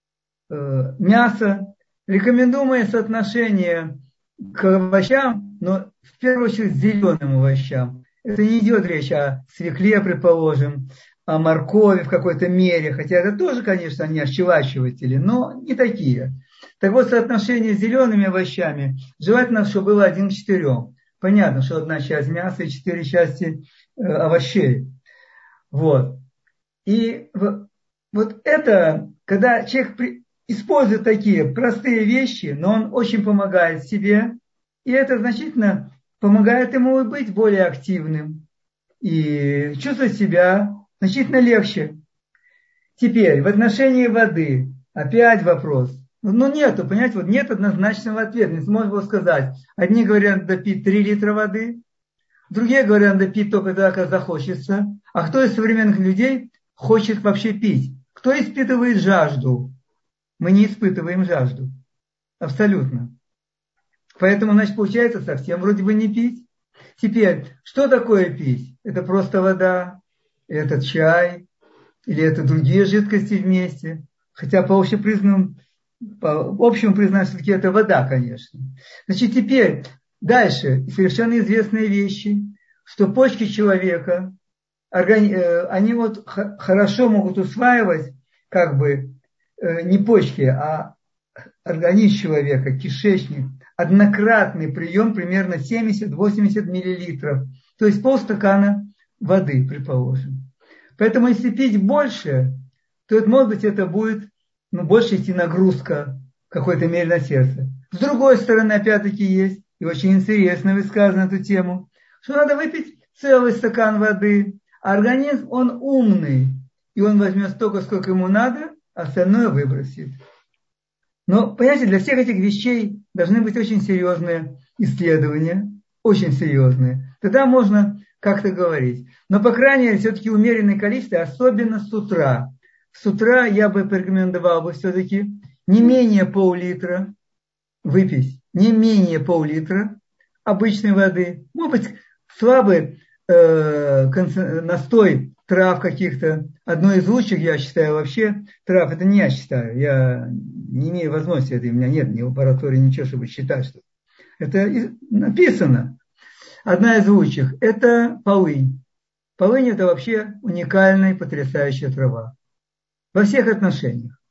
мясо, рекомендуемое соотношение к овощам, но в первую очередь зеленым овощам. Это не идет речь о свекле, предположим, о моркови в какой-то мере, хотя это тоже, конечно, они ощелачиватели, но не такие. Так вот, соотношение с зелеными овощами желательно, чтобы было 1 к 4. Понятно, что 1 часть мяса и 4 части овощей. Вот. И вот это, когда человек использует такие простые вещи, но он очень помогает себе, и это значительно помогает ему быть более активным и чувствовать себя значительно легче. Теперь, в отношении воды, опять вопрос. Ну, нету, понимаете, вот нет однозначного ответа. Не сможешь его сказать. Одни говорят, надо пить 3 литра воды, другие говорят, надо пить только тогда, когда захочется. А кто из современных людей хочет вообще пить? Кто испытывает жажду? Мы не испытываем жажду. Абсолютно. Поэтому, значит, получается совсем вроде бы не пить. Теперь, что такое пить? Это просто вода, это чай, или это другие жидкости вместе. Хотя по общему признанию, все-таки это вода, конечно. Значит, теперь дальше совершенно известные вещи, что почки человека, они вот хорошо могут усваивать, как бы, не почки, а организм человека, кишечник, однократный прием примерно 70-80 миллилитров. То есть полстакана воды, предположим. Поэтому если пить больше, то, может быть, это будет больше идти нагрузка в какой-то мере на сердце. С другой стороны, опять-таки есть, и очень интересно высказано эту тему, что надо выпить целый стакан воды, а организм, он умный, и он возьмет столько, сколько ему надо, остальное выбросит. Но, понимаете, для всех этих вещей должны быть очень серьезные исследования, очень серьезные. Тогда можно как-то говорить. Но, по крайней мере, все-таки умеренное количество, особенно с утра. С утра я бы порекомендовал бы все-таки не менее пол-литра выпить, не менее пол-литра обычной воды. Может быть, слабый настой трав каких-то. Одно из лучших, я считаю, вообще трав, это не я считаю, я не имею возможности, это у меня нет ни лаборатории, ничего, чтобы считать, что это написано. Одна из лучших – это полынь. Полынь – это вообще уникальная, потрясающая трава. Во всех отношениях.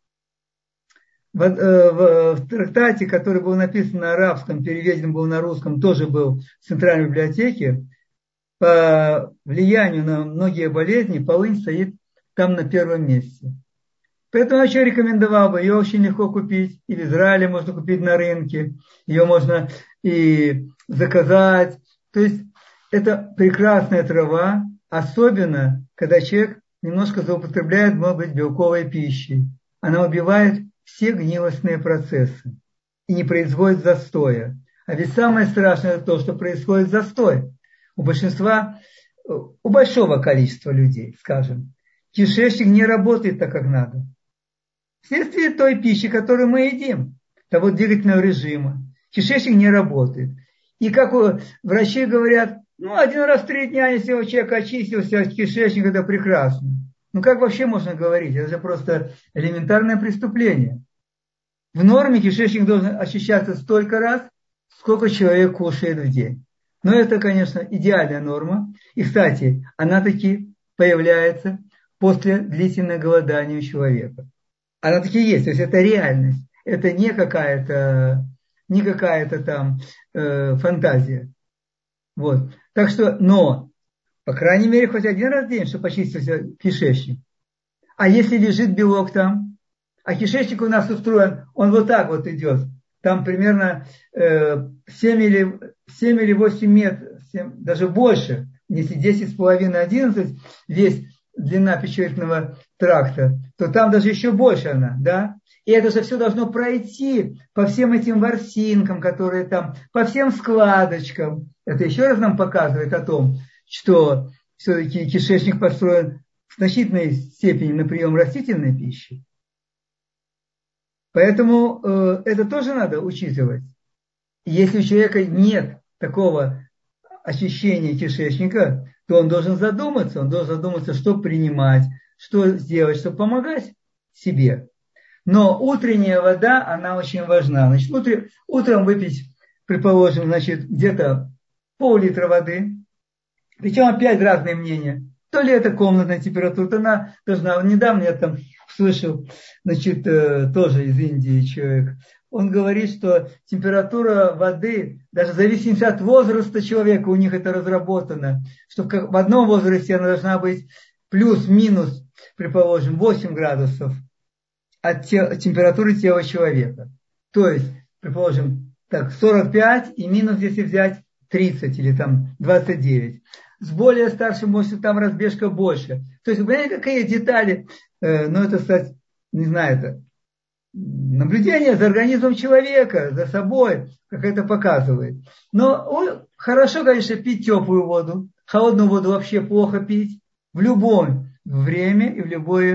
В трактате, который был написан на арабском, переведен был на русском, тоже был в Центральной библиотеке, по влиянию на многие болезни полынь стоит там на первом месте. Поэтому я еще рекомендовал бы, ее очень легко купить, и в Израиле можно купить на рынке, ее можно и заказать. То есть это прекрасная трава, особенно когда человек немножко злоупотребляет, может быть, белковой пищей. Она убивает все гнилостные процессы и не производит застоя. А ведь самое страшное это то, что происходит застой. У большого количества людей, скажем, кишечник не работает так, как надо. Вследствие той пищи, которую мы едим, того двигательного режима, кишечник не работает. И как врачи говорят, 1 раз в 3 дня, если у человека очистился кишечник, это прекрасно. Как вообще можно говорить? Это же просто элементарное преступление. В норме кишечник должен очищаться столько раз, сколько человек кушает в день. Но это, конечно, идеальная норма. И, кстати, она таки появляется после длительного голодания у человека. Она таки есть, то есть это реальность. Это не какая-то там фантазия. Вот. Так что, но, по крайней мере, хоть 1 раз в день, чтобы почистился кишечник. А если лежит белок там, а кишечник у нас устроен, он вот так вот идет. Там примерно 7 или 8 метров, даже больше, если 10,5-11 весь длина пищеводного тракта, то там даже еще больше она, да? И это же все должно пройти по всем этим ворсинкам, которые там, по всем складочкам. Это еще раз нам показывает о том, что все-таки кишечник построен в значительной степени на прием растительной пищи. Поэтому это тоже надо учитывать. Если у человека нет такого ощущения кишечника, то он должен задуматься, что принимать, что сделать, чтобы помогать себе. Но утренняя вода, она очень важна. Значит, утром выпить, предположим, значит, где-то пол-литра воды. Причем опять разные мнения. То ли это комнатная температура, то она должна. Недавно я там слышал, значит, тоже из Индии человек. Он говорит, что температура воды, даже в зависимости от возраста человека, у них это разработано, что в одном возрасте она должна быть плюс-минус, предположим, 8 градусов от температуры тела человека. То есть, предположим, так, 45 и минус, если взять, 30 или там 29. С более старшим, может, там разбежка больше. То есть, вы понимаете, какие детали, ну, это, кстати, не знаю, это наблюдение за организмом человека, за собой, как это показывает. Но хорошо, конечно, пить теплую воду. Холодную воду вообще плохо пить в любом время и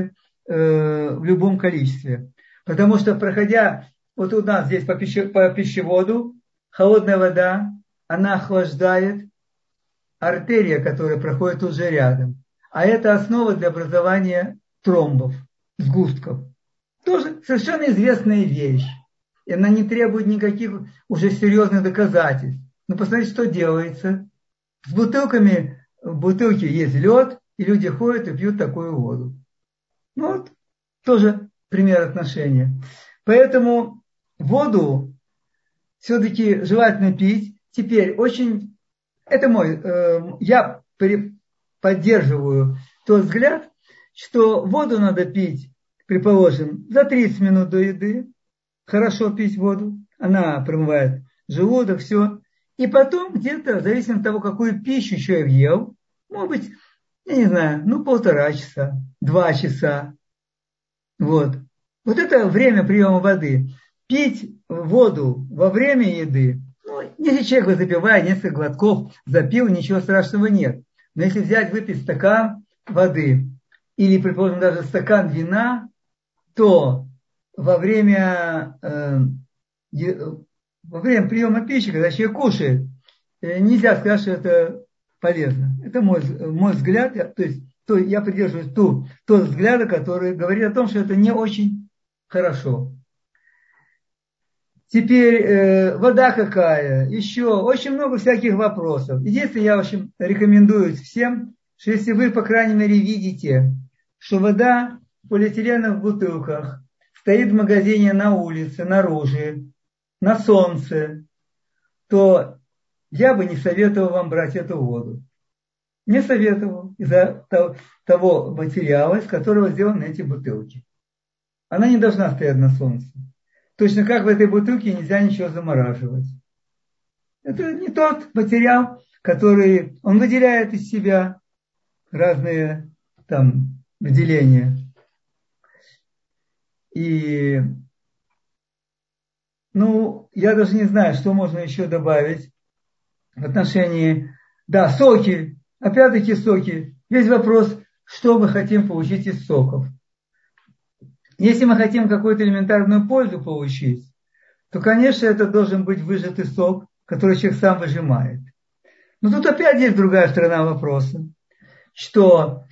в любом количестве. Потому что, проходя, вот у нас здесь по пищеводу, холодная вода, она охлаждает артерия, которая проходит уже рядом. А это основа для образования тромбов, сгустков. Тоже совершенно известная вещь. И она не требует никаких уже серьезных доказательств. Но посмотрите, что делается. С бутылками, в бутылке есть лед, и люди ходят и пьют такую воду. Ну вот, тоже пример отношения. Поэтому воду все-таки желательно пить. Теперь это я поддерживаю тот взгляд, что воду надо пить, предположим, за 30 минут до еды. Хорошо пить воду. Она промывает желудок, все. И потом где-то, в зависимости от того, какую пищу человек ел, может быть, я не знаю, 1,5 часа, 2 часа. Вот. Вот это время приема воды. Пить воду во время еды, если человек запивает несколько глотков, запил, ничего страшного нет. Но если выпить стакан воды или, предположим, даже стакан вина, то во время приема пищи, когда человек кушает, нельзя сказать, что это полезно. Это мой взгляд. То есть я придерживаюсь того взгляда, который говорит о том, что это не очень хорошо. Теперь вода какая? Еще очень много всяких вопросов. Единственное, я, в общем, рекомендую всем, что если вы, по крайней мере, видите, что вода в полиэтиленовых бутылках стоит в магазине на улице, наружу, на солнце, то я бы не советовал вам брать эту воду. Не советовал из-за того материала, из которого сделаны эти бутылки. Она не должна стоять на солнце. Точно как в этой бутылке нельзя ничего замораживать. Это не тот материал, который он выделяет из себя разные там выделения. И, я даже не знаю, что можно еще добавить в отношении, соки, опять-таки соки. Весь вопрос, что мы хотим получить из соков. Если мы хотим какую-то элементарную пользу получить, то, конечно, это должен быть выжатый сок, который человек сам выжимает. Но тут опять есть другая сторона вопроса, что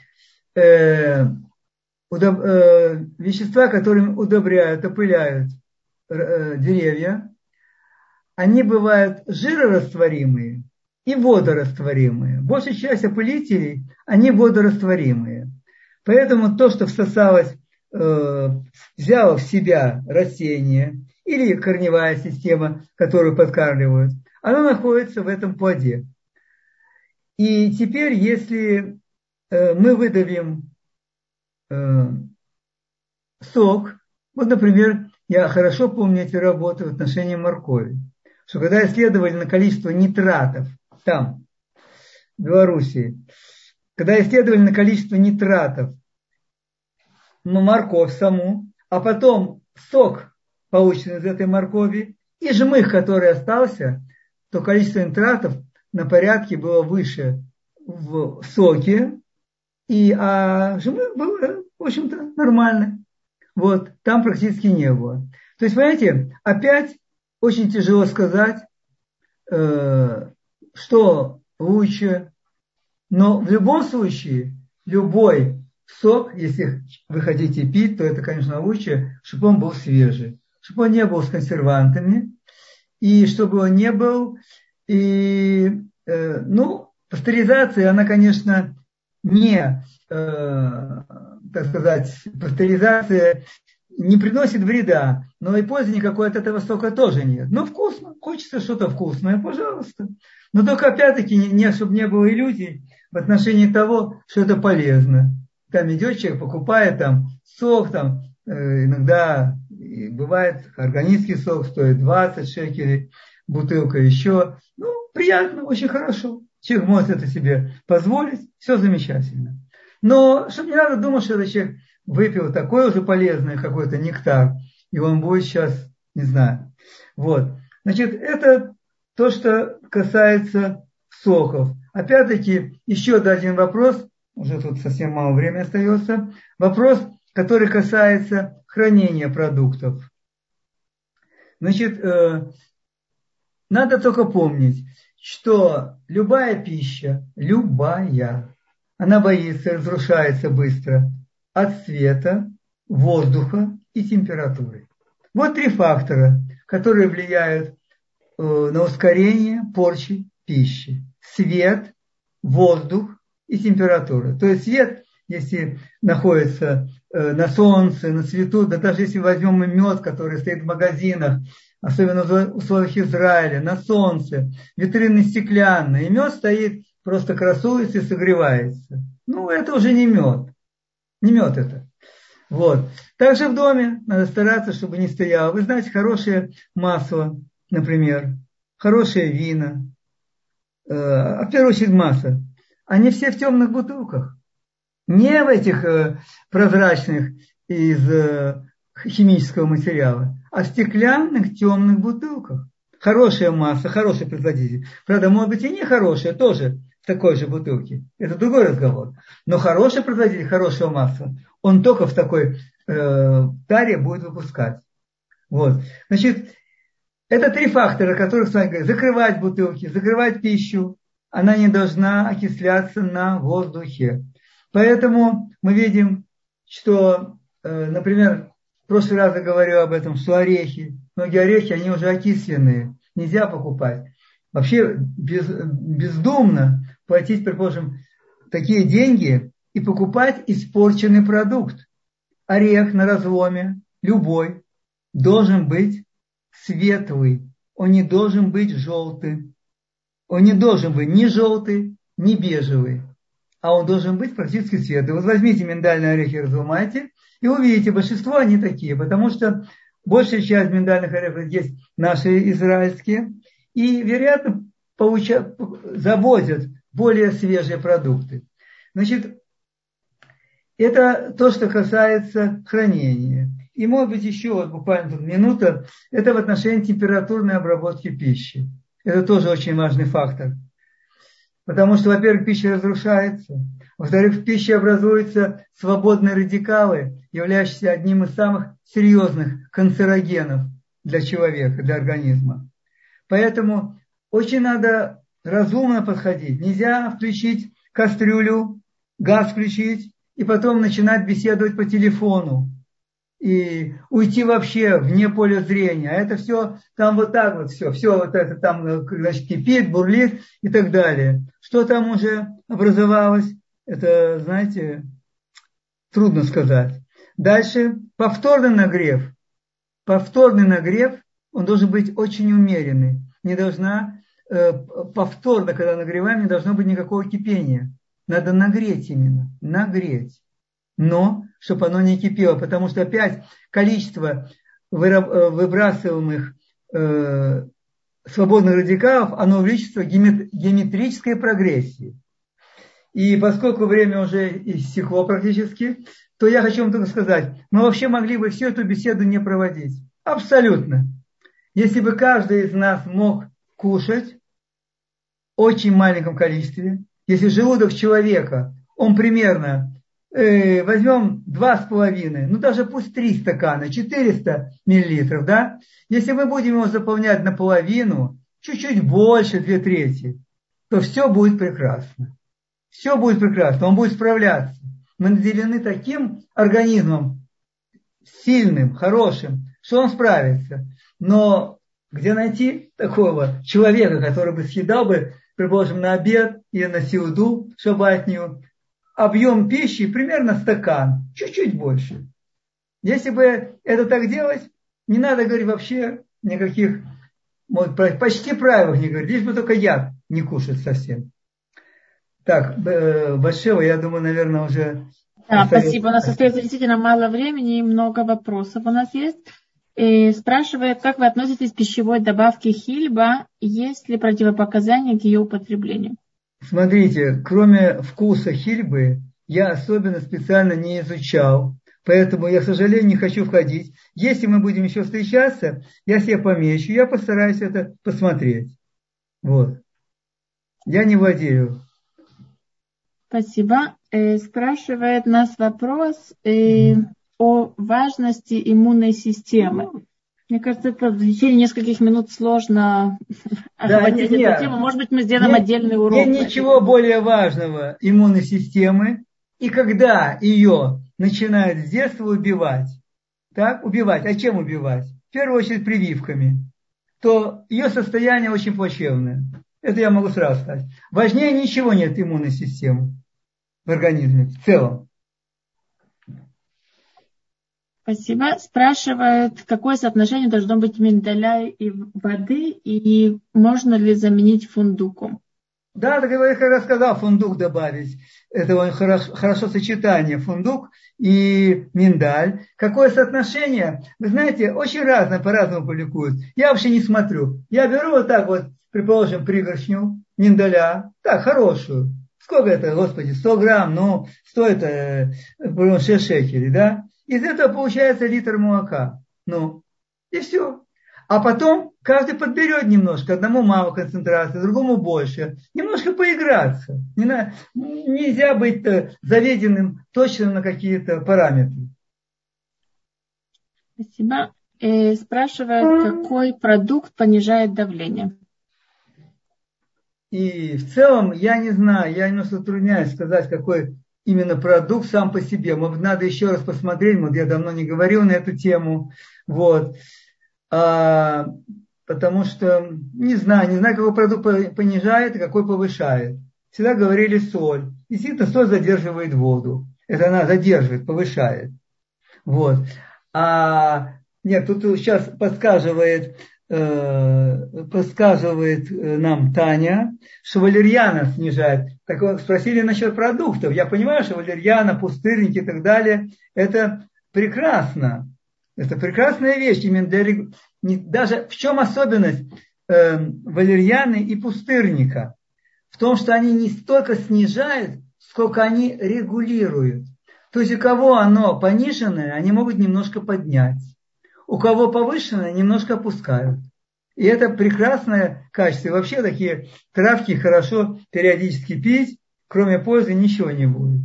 вещества, которыми удобряют, опыляют деревья, они бывают жирорастворимые и водорастворимые. Большая часть опылителей, они водорастворимые. Поэтому то, что всосалось, взяло в себя растение или корневая система, которую подкармливают, она находится в этом плоде. И теперь, если мы выдавим сок, вот, например, я хорошо помню эти работы в отношении моркови, что когда исследовали на количество нитратов там, в Белоруссии, когда исследовали на количество нитратов морковь саму, а потом сок, полученный из этой моркови, и жмых, который остался, то количество нитратов на порядке было выше в соке, а жмых был, в общем-то, нормальный. Вот, там практически не было. То есть, понимаете, опять очень тяжело сказать, что лучше. Но в любом случае, любой сок, если вы хотите пить, то это, конечно, лучше, чтобы он был свежий, чтобы он не был с консервантами, и чтобы он не был, пастеризация, она, конечно, не, так сказать, пастеризация не приносит вреда, но и пользы никакой от этого сока тоже нет. Но вкусно, хочется что-то вкусное, пожалуйста. Но только опять-таки, чтобы не было иллюзий в отношении того, что это полезно. Там идет человек, покупает там сок, там иногда бывает органический сок, стоит 20 шекелей, бутылка еще. Ну, приятно, очень хорошо. Человек может это себе позволить, все замечательно. Но чтобы не надо думать, что этот человек выпил такой уже полезный какой-то нектар, и он будет сейчас, не знаю. Вот. Значит, это то, что касается соков. Опять-таки, еще один вопрос, уже тут совсем мало времени остается, вопрос, который касается хранения продуктов. Значит, надо только помнить, что любая пища, она боится, разрушается быстро от света, воздуха и температуры. Вот 3 фактора, которые влияют на ускорение порчи пищи. Свет, воздух и температура. То есть свет, если находится на солнце, на свету, да даже если возьмем мед, который стоит в магазинах, особенно в условиях Израиля, на солнце, витрины стеклянные, и мед стоит, просто красуется и согревается. Ну, это уже не мед. Не мед это. Вот. Также в доме надо стараться, чтобы не стояло. Вы знаете, хорошее масло, например, хорошее вино, в первую очередь масло, они все в темных бутылках. Не в этих прозрачных из химического материала, а в стеклянных темных бутылках. Хорошее масло, хороший производитель. Правда, может быть и не хорошее тоже в такой же бутылке. Это другой разговор. Но хороший производитель хорошего масла, он только в такой таре будет выпускать. Вот. Значит, это 3 фактора, о которых с вами говорим. Закрывать бутылки, закрывать пищу. Она не должна окисляться на воздухе. Поэтому мы видим, что, например, в прошлый раз я говорил об этом, что орехи, многие орехи, они уже окисленные. Нельзя покупать. Вообще бездумно платить, предположим, такие деньги и покупать испорченный продукт. Орех на разломе, любой, должен быть светлый. Он не должен быть желтый. Он не должен быть ни желтый, ни бежевый. А он должен быть практически светлый. Вот возьмите миндальные орехи, разломайте, и увидите, большинство они такие, потому что большая часть миндальных орехов есть наши израильские, и, вероятно, завозят более свежие продукты. Значит, это то, что касается хранения. И, может быть, еще вот буквально тут минута, это в отношении температурной обработки пищи. Это тоже очень важный фактор. Потому что, во-первых, пища разрушается. Во-вторых, в пище образуются свободные радикалы, являющиеся одним из самых серьезных канцерогенов для человека, для организма. Поэтому очень надо разумно подходить. Нельзя включить кастрюлю, газ включить и потом начинать беседовать по телефону. И уйти вообще вне поля зрения. А это все там вот так вот все вот это там, значит, кипит, бурлит и так далее. Что там уже образовалось, это, знаете, трудно сказать. Дальше повторный нагрев. Повторный нагрев, он должен быть очень умеренный. Не должна, повторно, когда нагреваем, не должно быть никакого кипения. Надо нагреть именно, нагреть. Но, чтобы оно не кипело, потому что опять количество выбрасываемых свободных радикалов, оно увеличится в геометрической прогрессии. И поскольку время уже истекло практически, то я хочу вам только сказать, мы вообще могли бы всю эту беседу не проводить. Абсолютно. Если бы каждый из нас мог кушать в очень маленьком количестве, если желудок человека, он примерно, возьмем 2,5, ну даже пусть 3 стакана, 400 миллилитров, да? Если мы будем его заполнять наполовину, чуть-чуть больше, 2/3, то все будет прекрасно. Все будет прекрасно, он будет справляться. Мы наделены таким организмом, сильным, хорошим, что он справится. Но где найти такого человека, который бы съедал бы, предположим, на обед или на сеуду шаббатнюю, объем пищи примерно стакан, чуть-чуть больше. Если бы это так делать, не надо говорить вообще никаких, почти правил не говорить, лишь бы только яд не кушать совсем. Так, Батшева, я думаю, наверное, уже... Да, спасибо. У нас остается действительно мало времени и много вопросов у нас есть. И спрашивает, как вы относитесь к пищевой добавке хильба, есть ли противопоказания к ее употреблению? Смотрите, кроме вкуса хильбы, я особенно специально не изучал, поэтому я, к сожалению, не хочу входить. Если мы будем еще встречаться, я себе помечу, я постараюсь это посмотреть. Вот. Я не владею. Спасибо. Спрашивает нас вопрос о важности иммунной системы. Мне кажется, это в течение нескольких минут сложно охватить эту тему. Может быть, мы сделаем отдельный урок. Нет ничего более важного иммунной системы. И когда ее начинают с детства убивать, так, убивать, а чем убивать? В первую очередь прививками, то ее состояние очень плачевное. Это я могу сразу сказать. Важнее ничего нет иммунной системы в организме в целом. Спасибо. Спрашивают, какое соотношение должно быть миндаля и воды, и можно ли заменить фундуком? Да, так я как раз сказал, фундук добавить. Это хорошо сочетание, фундук и миндаль. Какое соотношение? Вы знаете, очень разное, по-разному публикуют. Я вообще не смотрю. Я беру вот так вот, предположим, пригоршню миндаля, так, хорошую. Сколько это, Господи, 100 грамм, ну, стоит 6 шекелей, да? Из этого получается литр молока. Ну, и все. А потом каждый подберет немножко. Одному мало концентрации, другому больше. Немножко поиграться. Нельзя быть заведенным точно на какие-то параметры. Спасибо. Спрашивают, какой продукт понижает давление? И в целом, я не знаю, я немножко затрудняюсь сказать, какой именно продукт сам по себе. Может, надо еще раз посмотреть, вот я давно не говорил на эту тему. Вот. Потому что не знаю, какой продукт понижает, а какой повышает. Всегда говорили соль. Действительно, соль задерживает воду. Это она задерживает, повышает. Вот. Нет, тут сейчас подсказывает нам Таня, что валерьяна снижает. Так вот, спросили насчет продуктов. Я понимаю, что валерьяна, пустырники и так далее, это прекрасно. Это прекрасная вещь. Именно даже в чем особенность валерьяны и пустырника? В том, что они не столько снижают, сколько они регулируют. То есть у кого оно пониженное, они могут немножко поднять. У кого повышенное, немножко опускают. И это прекрасное качество. И вообще такие травки хорошо периодически пить, кроме пользы ничего не будет.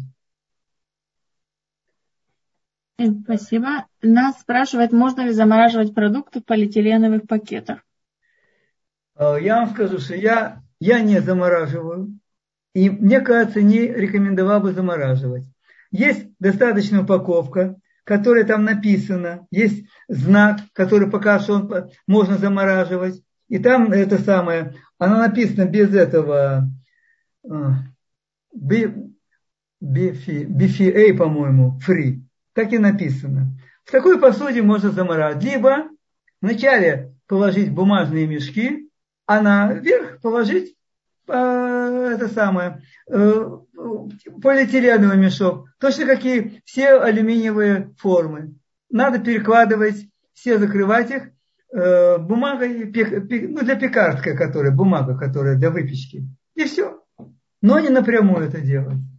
Спасибо. Нас спрашивают, можно ли замораживать продукты в полиэтиленовых пакетах. Я вам скажу, что я не замораживаю. И мне кажется, не рекомендовал бы замораживать. Есть достаточная упаковка, которая там написано, есть знак, который покажет, что можно замораживать. И там это самое, оно написано без этого BFA, по-моему, free. Так и написано. В такой посуде можно замораживать. Либо вначале положить бумажные мешки, а наверх положить полиэтиленовый мешок. Точно как и все алюминиевые формы. Надо перекладывать, все закрывать их бумагой, для пекарской, бумага, которая для выпечки. И все. Но не напрямую это делать.